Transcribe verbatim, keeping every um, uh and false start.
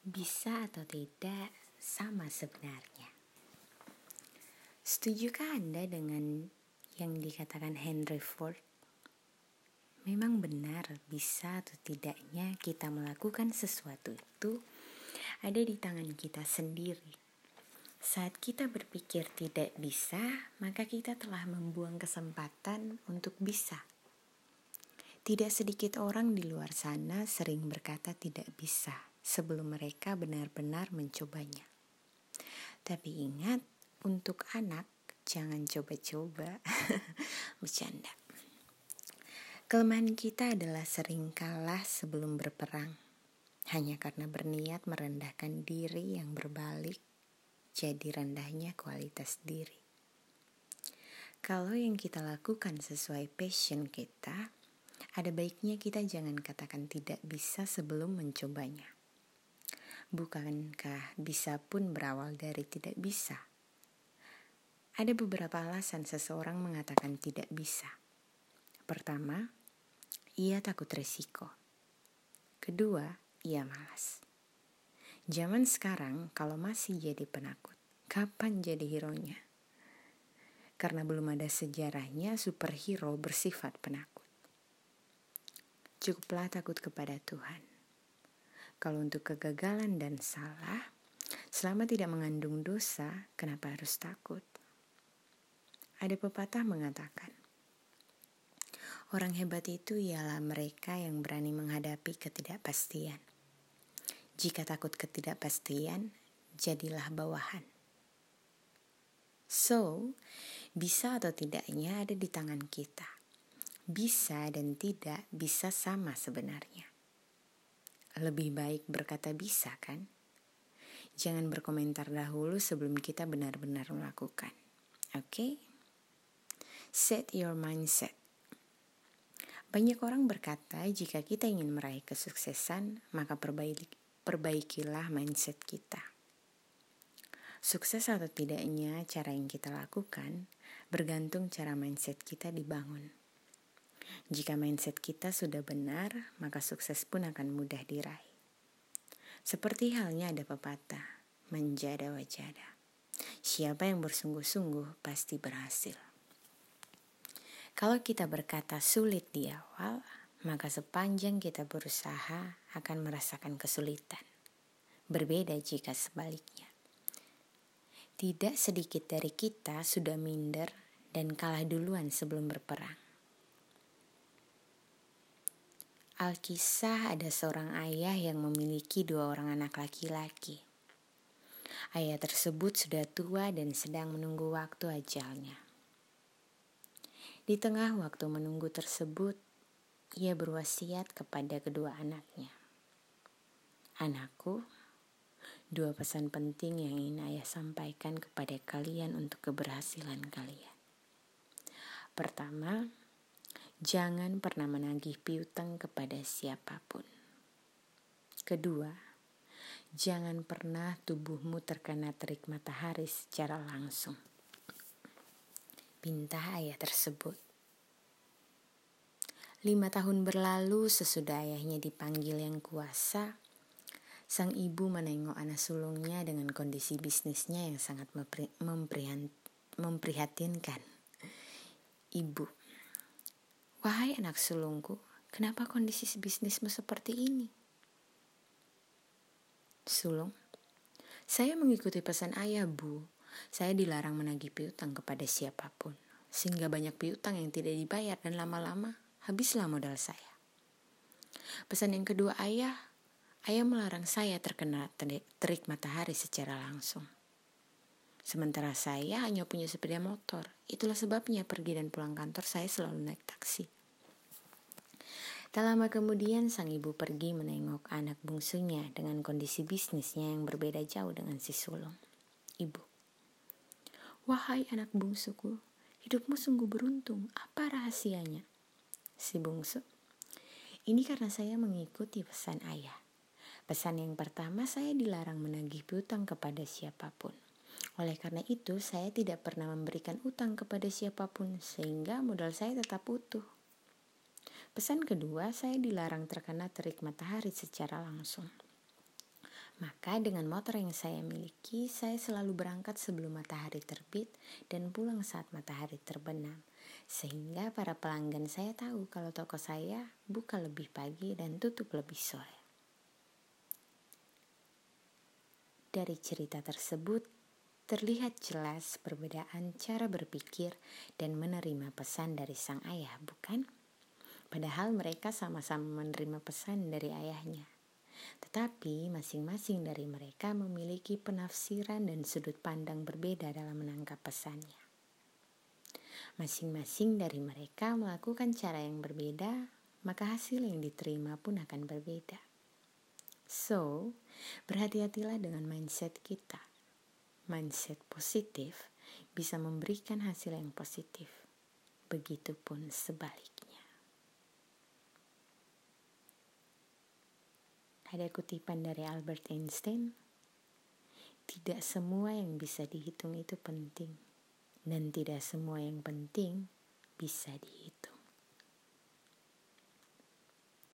Bisa atau tidak sama sebenarnya. Setujukah Anda dengan yang dikatakan Henry Ford? Memang benar bisa atau tidaknya kita melakukan sesuatu itu ada di tangan kita sendiri. Saat kita berpikir tidak bisa, maka kita telah membuang kesempatan untuk bisa. Tidak sedikit orang di luar sana sering berkata tidak bisa sebelum mereka benar-benar mencobanya. Tapi ingat, untuk anak jangan coba-coba. Bercanda. Kelemahan kita adalah sering kalah sebelum berperang, hanya karena berniat merendahkan diri yang berbalik jadi rendahnya kualitas diri. Kalau yang kita lakukan sesuai passion kita, ada baiknya kita jangan katakan tidak bisa sebelum mencobanya. Bukankah bisa pun berawal dari tidak bisa? Ada beberapa alasan seseorang mengatakan tidak bisa. Pertama, ia takut risiko. Kedua, ia malas. Zaman sekarang kalau masih jadi penakut, kapan jadi hero-nya? Karena belum ada sejarahnya superhero bersifat penakut. Cukuplah takut kepada Tuhan. Kalau untuk kegagalan dan salah, selama tidak mengandung dosa, kenapa harus takut? Ada pepatah mengatakan, orang hebat itu ialah mereka yang berani menghadapi ketidakpastian. Jika takut ketidakpastian, jadilah bawahan. So, bisa atau tidaknya ada di tangan kita. Bisa dan tidak bisa sama sebenarnya. Lebih baik berkata bisa, kan? Jangan berkomentar dahulu sebelum kita benar-benar melakukan. Oke? Okay? Set your mindset. Banyak orang berkata jika kita ingin meraih kesuksesan, maka perbaiki, perbaikilah mindset kita. Sukses atau tidaknya cara yang kita lakukan bergantung cara mindset kita dibangun. Jika mindset kita sudah benar, maka sukses pun akan mudah diraih. Seperti halnya ada pepatah, manjada wajada. Siapa yang bersungguh-sungguh pasti berhasil. Kalau kita berkata sulit di awal, maka sepanjang kita berusaha akan merasakan kesulitan. Berbeda jika sebaliknya. Tidak sedikit dari kita sudah minder dan kalah duluan sebelum berperang. Alkisah ada seorang ayah yang memiliki dua orang anak laki-laki. Ayah tersebut sudah tua dan sedang menunggu waktu ajalnya. Di tengah waktu menunggu tersebut, ia berwasiat kepada kedua anaknya. Anakku, dua pesan penting yang ingin ayah sampaikan kepada kalian untuk keberhasilan kalian. Pertama, jangan pernah menagih piutang kepada siapapun. Kedua, jangan pernah tubuhmu terkena terik matahari secara langsung. Pinta ayah tersebut. Lima tahun berlalu sesudah ayahnya dipanggil yang kuasa, sang ibu menengok anak sulungnya dengan kondisi bisnisnya yang sangat memprihatinkan. Ibu, wahai anak sulungku, kenapa kondisi bisnismu seperti ini? Sulung, saya mengikuti pesan ayah, Bu. Saya dilarang menagih piutang kepada siapapun, sehingga banyak piutang yang tidak dibayar dan lama-lama habislah modal saya. Pesan yang kedua ayah, ayah melarang saya terkena terik matahari secara langsung. Sementara saya hanya punya sepeda motor, itulah sebabnya pergi dan pulang kantor saya selalu naik taksi. Tak lama kemudian sang ibu pergi menengok anak bungsunya dengan kondisi bisnisnya yang berbeda jauh dengan si sulung. Ibu, wahai anak bungsuku, hidupmu sungguh beruntung. Apa rahasianya? Si bungsu, ini karena saya mengikuti pesan ayah. Pesan yang pertama, saya dilarang menagih piutang kepada siapapun. Oleh karena itu, saya tidak pernah memberikan utang kepada siapapun, sehingga modal saya tetap utuh. Pesan kedua, saya dilarang terkena terik matahari secara langsung. Maka dengan motor yang saya miliki, saya selalu berangkat sebelum matahari terbit dan pulang saat matahari terbenam. Sehingga para pelanggan saya tahu kalau toko saya buka lebih pagi dan tutup lebih sore. Dari cerita tersebut, terlihat jelas perbedaan cara berpikir dan menerima pesan dari sang ayah, bukan? Padahal mereka sama-sama menerima pesan dari ayahnya. Tetapi masing-masing dari mereka memiliki penafsiran dan sudut pandang berbeda dalam menangkap pesannya. Masing-masing dari mereka melakukan cara yang berbeda, maka hasil yang diterima pun akan berbeda. So, berhati-hatilah dengan mindset kita. Mindset positif bisa memberikan hasil yang positif. Begitupun sebaliknya. Ada kutipan dari Albert Einstein, tidak semua yang bisa dihitung itu penting, dan tidak semua yang penting bisa dihitung.